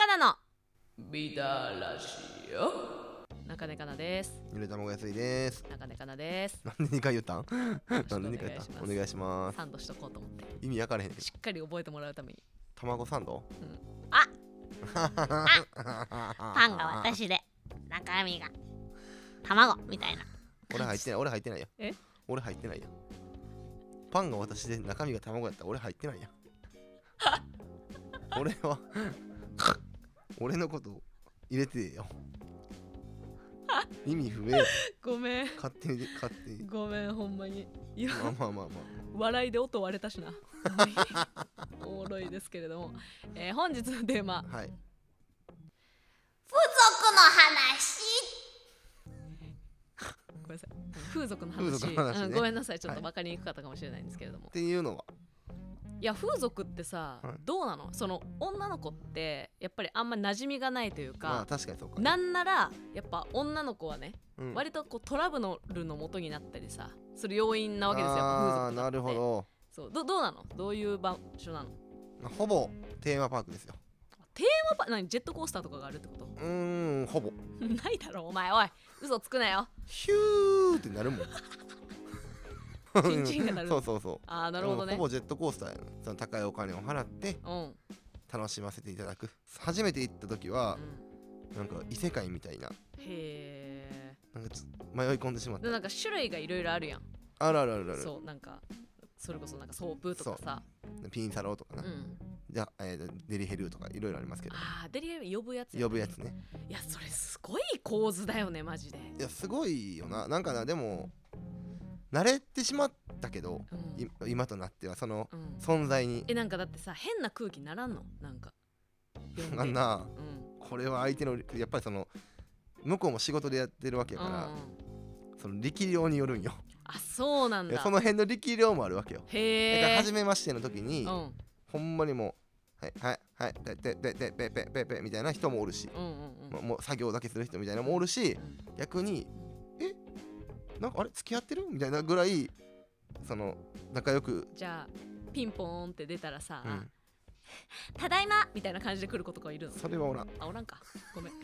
なのビタラジオ。中根かなです。 ゆで卵安いです。 中根かなです。 なんで2回言ったんなんで2回言ったん。お願いします。 サンドしとこうと思って意味わからへんけどしっかり覚えてもらうために。 卵サンド、 あパンが私で中身が卵みたいな。 俺入ってない、俺入ってないや。 え俺入ってないや。パンが私で中身が卵やったら俺入ってないや。俺は俺のことを入れてよ。意味不明。 ごめん勝手にごめんほんまに。いやまあ笑いで音割れたしな。おもろいですけれども、本日のテーマ、 はい、 風俗の話。 ごめんなさい、風俗の話、 風俗の話ねごめんなさい、ちょっと分かりにくかったかもしれないんですけれども、 っていうのは、 いや風俗ってさ、 はいどうなの？その女の子ってやっぱりあんま馴染みがないというか、 まあ確かにそうか。 なんならやっぱ女の子はね、 うん割とこうトラブルの元になったりさする要因なわけですよ、やっぱ風俗って。 なるほど。 そうどうなの？どういう場所なの？ ほぼテーマパークですよ。 何ジェットコースターとかがあるってこと？ ほぼないだろお前、おい嘘つくなよ。 ヒューってなるもん。 チンチンがなる。 そうああなるほどね。 ほぼジェットコースターやな。その高いお金を払ってうん楽しませていただく。初めて行った時はうんなんか異世界みたいな、 へえ。 なんか迷い込んでしまった。 なんか種類がいろいろあるやん。 あるあるあるある。 そうなんかそれこそなんかソープとかさ、 ピンサロとかな、じゃあ、デリヘルとかいろいろありますけど、 ああデリヘル呼ぶやつやね、 呼ぶやつね。 いやそれすごい構図だよねマジで。 いやすごいよな。なんかな、でも慣れてしまったけど、今となってはその存在に、 なんかだってさ変な空気ならんの？なんかあんな、これは相手のやっぱりその向こうも仕事でやってるわけやから、その力量によるんよ。 あそうなんだ。 その辺の力量もあるわけよ。 へえ。 だから初めましての時に、ほんまにもうはいペみたいな人もおるし、もう作業だけする人みたいなのもおるし、逆になんかあれ付き合ってるみたいなぐらいその仲良く。 じゃあピンポーンって出たらさ、ただいまみたいな感じで来る子とかいるの？ それはおらん。 あおらんか、ごめん。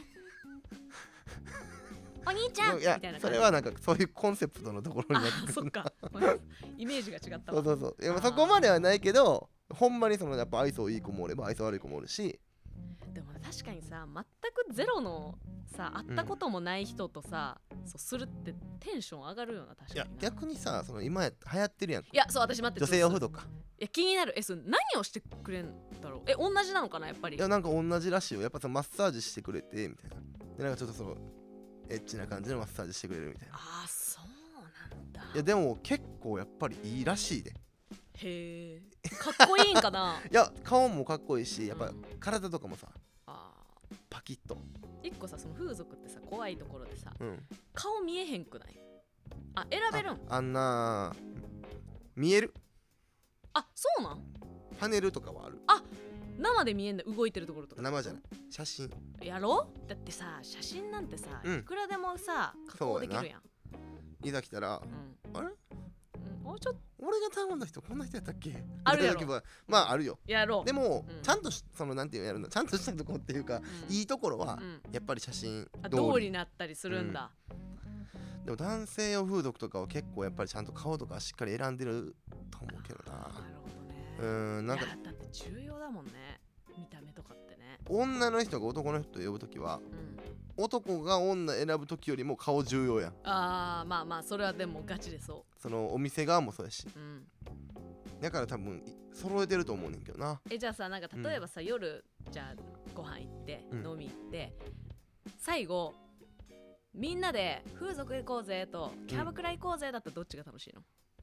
お兄ちゃんいやみたいな感じ。 それはなんかそういうコンセプトのところになってくる。 あそっかイメージが違ったわ。 そういやそこまではないけど、ほんまにそのやっぱ愛想いい子もおれば愛想悪い子もおるし。 でも確かにさ全くゼロのさ会ったこともない人とさ、そうするってテンション上がるような。確かにな。 いや逆にさ、その今流行ってるやん。 いやそう私待って、 女性用風俗か。 いや気になる。それ何をしてくれんだろう。同じなのかなやっぱり。 いやなんか同じらしいよ。やっぱそのマッサージしてくれてみたいな。でなんかちょっとそのエッチな感じのマッサージしてくれるみたいな。 ああそうなんだ。 いやでも結構やっぱりいいらしいで。 へえ。かっこいいんかな。 いや顔もかっこいいし、やっぱ体とかもさ、パキッと。 一個さその風俗ってさ怖いところでさ、 うん顔見えへんくない？あ選べるん？ あんな見える。 あそうなん？ パネルとかはある。 生で見えんだ、動いてるところとか。 生じゃない、写真。 やろ？だってさ写真なんてさ、いくらでもさ加工できるやん。 いざ来たら、あれちょっと俺が頼んだ人こんな人やったっけ？ あるやろ。 まああるよ。 やろう。 でも、ちゃんとそのなんていうのやるの、ちゃんとしたところっていうか、いいところは、やっぱり写真通りになったりするんだ。 でも男性用風俗とかは結構やっぱりちゃんと顔とかしっかり選んでると思うけどな。 なるほどね。 なんかだって重要だもんね、見た目とかってね。 女の人が男の人を呼ぶときは、男が女選ぶときよりも顔重要やん。 まあそれはでもガチでそう。 そのお店側もそうやし、だから多分揃えてると思うねんけどな。 じゃあさなんか例えばさ、夜じゃあご飯行って、飲み行って最後みんなで風俗行こうぜとキャバクラ行こうぜだったらどっちが楽しいの？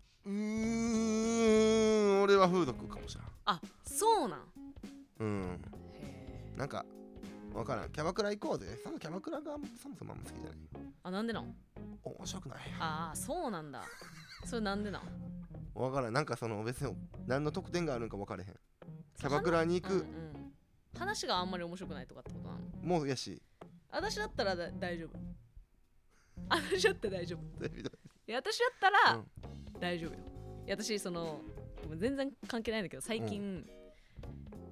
俺は風俗かもしれん。 あそうなん。 なんか分からん。キャバクラ行こうぜ。そのキャバクラがそもそもあんま好きじゃない。 なんでなん？ 面白くない。 そうなんだ。それなんでなん？ 分からん。なんかその別に何の特典があるんか分からへん。キャバクラに行く、 話があんまり面白くないとかってことなの？ もうやし、 私だったら大丈夫。私だったら大丈夫。 いや私だったら大丈夫よ。私その全然関係ないんだけど最近、化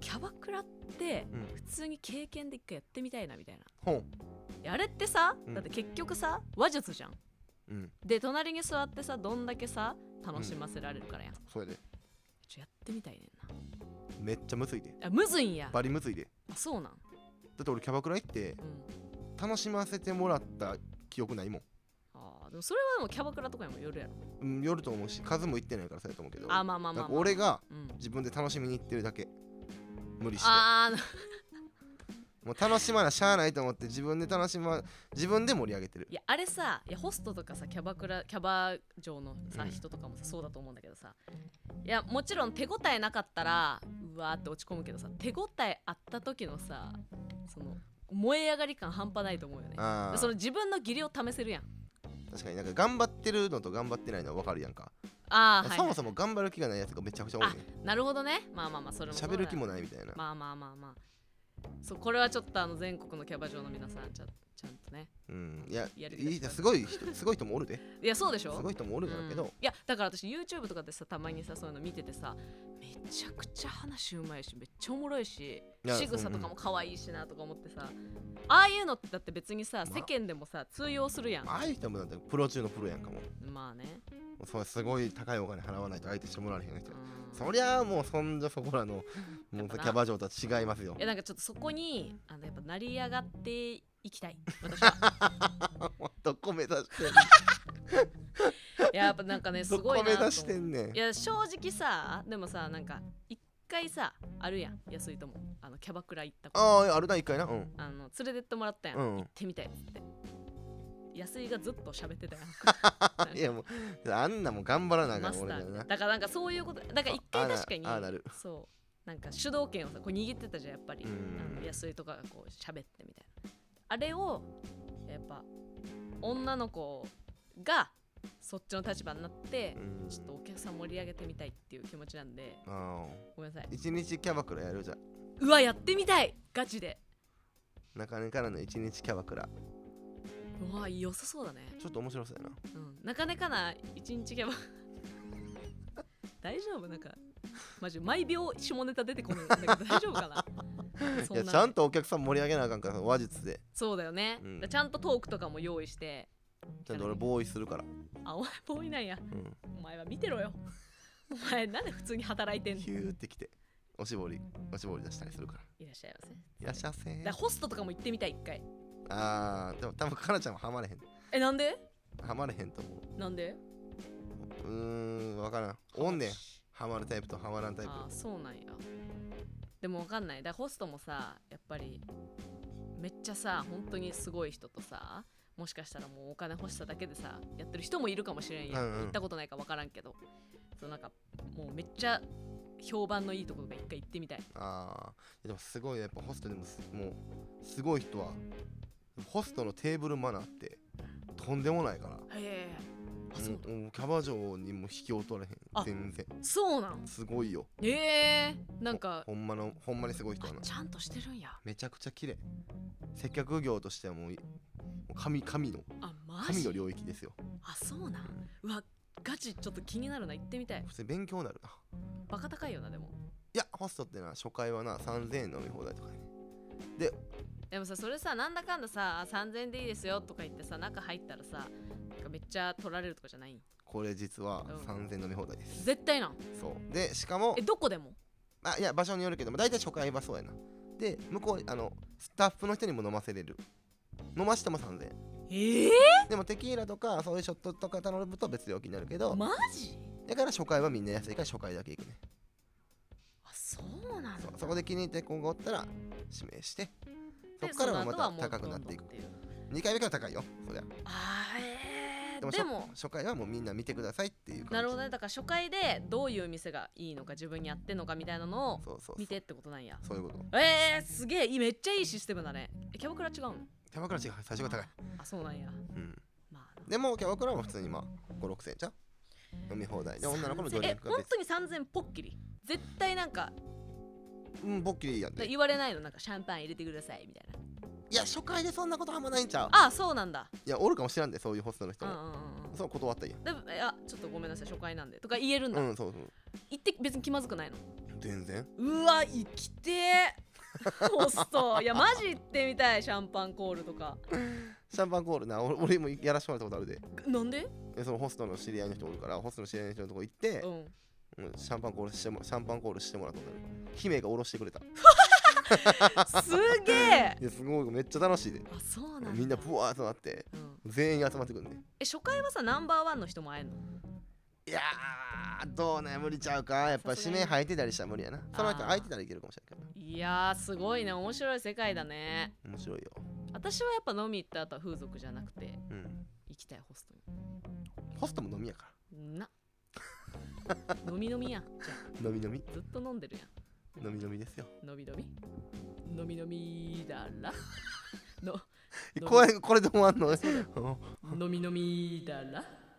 キャバクラってうん普通に経験で一回やってみたいなみたいな。 ほんいやあれってさ、 うんだって結局さ話術じゃん。 うんで隣に座ってさどんだけさ楽しませられるからやん。 それでやってみたいねんめっちゃむずいでな。あむずいんや。 バリむずいで。 あそうなん。 だって俺キャバクラ行って楽しませてもらった記憶ないもん。 でもそれはでもキャバクラとかにもよるやろ。 うんよると思うし数も行ってないからそうやと思うけど。 まあまあまあ、 なんか俺がうん、 自分で楽しみに行ってるだけ無理してもう楽しまなしゃあないと思って自分で盛り上げてる。 いやあれさ、いやホストとかさキャバ嬢のさ、 うん人とかもさそうだと思うんだけどさ、いやもちろん手応えなかったらうわーって落ち込むけどさ、手応えあった時のさその燃え上がり感半端ないと思うよね。 あその自分の義理を試せるやん。 確かになんか頑張ってるのと頑張ってないのは分かるやんか。 はい、 そもそも頑張る気がないやつがめちゃくちゃ多いね。 なるほどね。まあまあまあそれもそうだよ喋る気もないみたいな。 まあまあまあまあそうこれはちょっと全国のキャバ嬢の皆さんちゃんとね。 うんいややる気出したすごい人もおるで。 いやそうでしょ。 すごい人もおるんだけど、 いやだから私 YouTube とかでさたまにさそういうの見ててさめちゃくちゃ話うまいしめっちゃおもろいしいや仕草とかも可愛いしなとか思ってさ、ああいうのってだって別にさ世間でもさ通用するやん。 ああいう人もだってプロ中のプロやんかも。 まあね。 そうすごい高いお金払わないと相手してもらえへん人。 うんそりゃあもうそんじょそこらのもうキャバ嬢とは違いますよい。やなんかちょっとそこにやっぱ成り上がっていきたい私は。 どこ目指してんねん。 いややっぱなんかねすごいなと思う。 どこ目指してんねん。 いや正直さでもさなんか一回さあるやん安いともキャバクラ行ったことあああるな一回な。うん。 連れてってもらったやん、 うん行ってみたいっつって安井がずっと喋ってたやん。 いやもうあんなもん頑張らなあかんマスター俺だよな。 だからなんかそういうことだから一回確かにあなるそうなんか主導権をさこう握ってたじゃんやっぱりうん安井とかがこう喋ってみたいなあれをやっぱ女の子がそっちの立場になってうんちょっとお客さん盛り上げてみたいっていう気持ちなんであごめんなさい。 あ一日キャバクラやるじゃん。 うわやってみたいガチで。 中根からの一日キャバクラうわ良さそうだね。 ちょっと面白そうやな。 中根かな一日キャバ大丈夫なんかマジ毎秒下ネタ出てこないんだけど大丈夫かな。そんないやちゃんとお客さん盛り上げなあかんから話術でそうだよね、 うんちゃんとトークとかも用意してちゃんと俺ボーイするから。 あお前ボーイなんやうんお前は見てろよお前なんで普通に働いてんの。 ヒューってきておしぼり出したりするから。 いらっしゃいませ。 いらっしゃいませだからホストとかも行ってみたい一回。 あーでも多分かなちゃんはハマれへんなんでハマれへんと思なんでうわからんおんねんハマるタイプとハマらんタイプ。 あそうなんや。でもわかんないだからホストもさやっぱりめっちゃさ本当にすごい人とさもしかしたらもうお金欲しさだけでさやってる人もいるかもしれんや、 うんうん行ったことないかわからんけどそうなんかもうめっちゃ評判のいいところとか一回行ってみたい。 あーでもすごいやっぱホストでももうすごい人はホストのテーブルマナーってとんでもないからへえあそうもうキャバ嬢にも引きを取れへあん全然そうなんすごいよ。 なんかほんまにすごい人はなちゃんとしてるんや。 めちゃくちゃ綺麗接客業としてはもう神のマ神のジ領域ですよ。 あそうなんうわガチちょっと気になるな行ってみたい。 普通に勉強になるな。 バカ高いよなでも。 いやホストってな初回はな3000円飲み放題とかね。 でもさそれさなんだかんださ3000円でいいですよとか言ってさ中入ったらさなんかめっちゃ取られるとかじゃないん。 これ実はうん 3000円飲み放題です。 絶対なん。 そうでしかもどこでもいや場所によるけど大体初回はそうやな。で向こうスタッフの人にも飲ませれる。飲ましても3000円。でもテキーラとかそういうショットとか頼むと別料金になるけど、 マジだから初回はみんな安いから初回だけ行くね。 あそうなんだ。 そこで気に入って今後おったら指名してそでこからはまその後はもうた高くなっていく。 どんどんいう 2回目から高いよそりゃ。 でも初回はもうみんな見てくださいっていう感じ。 なるほどね。だから初回でどういう店がいいのか自分に合ってんのかみたいなのをそう見てってことなんや。 そういうこと。 すげえめっちゃいいシステムだね。キャバクラ違うの。 キャバクラ違う最初が高い。 あそうなんや。まあでもキャバクラは普通にまあ5、6千じゃん飲み放題で女の子のドリンクが本当に3000ポッキリ絶対なんかボッキリやんで。 言われないのなんかシャンパン入れてくださいみたいな。 いや初回でそんなことあんまないんちゃう。 そうなんだ。 いやおるかもしらんでそういうホストの人も。そう断ったんや。 でもちょっとごめんなさい初回なんでとか言えるんだ。 そう言って別に気まずくないの。 全然。 うわ生きてーホストいやマジ行ってみたい。シャンパンコールとか。 シャンパンコールな、俺もやらしてもらったことあるで。 なんで？ そのホストの知り合いの人おるから、ホストの知り合いの人のとこ行って、シャンパンコールしてもらったことある。姫が下ろしてくれた。 すげえ。 いやすごい、めっちゃ楽しいで。 あ、そうなんだ。 みんなブワーッとなって、全員集まってくるね。 初回はさナンバーワンの人も会えんの？ いやーどうね、無理ちゃうか。やっぱ指名入ってたりしたら無理やな。その人空いてたらいけるかもしれないけど。 いやーすごいね、面白い世界だね。 面白いよ。 私はやっぱ飲み行った後は風俗じゃなくて、行きたいホストに。 ホストも飲みやかな飲みやん。じゃあ飲みずっと飲んでるやん。 飲みですよ。 飲みだらこれで終わんの？ 飲みだら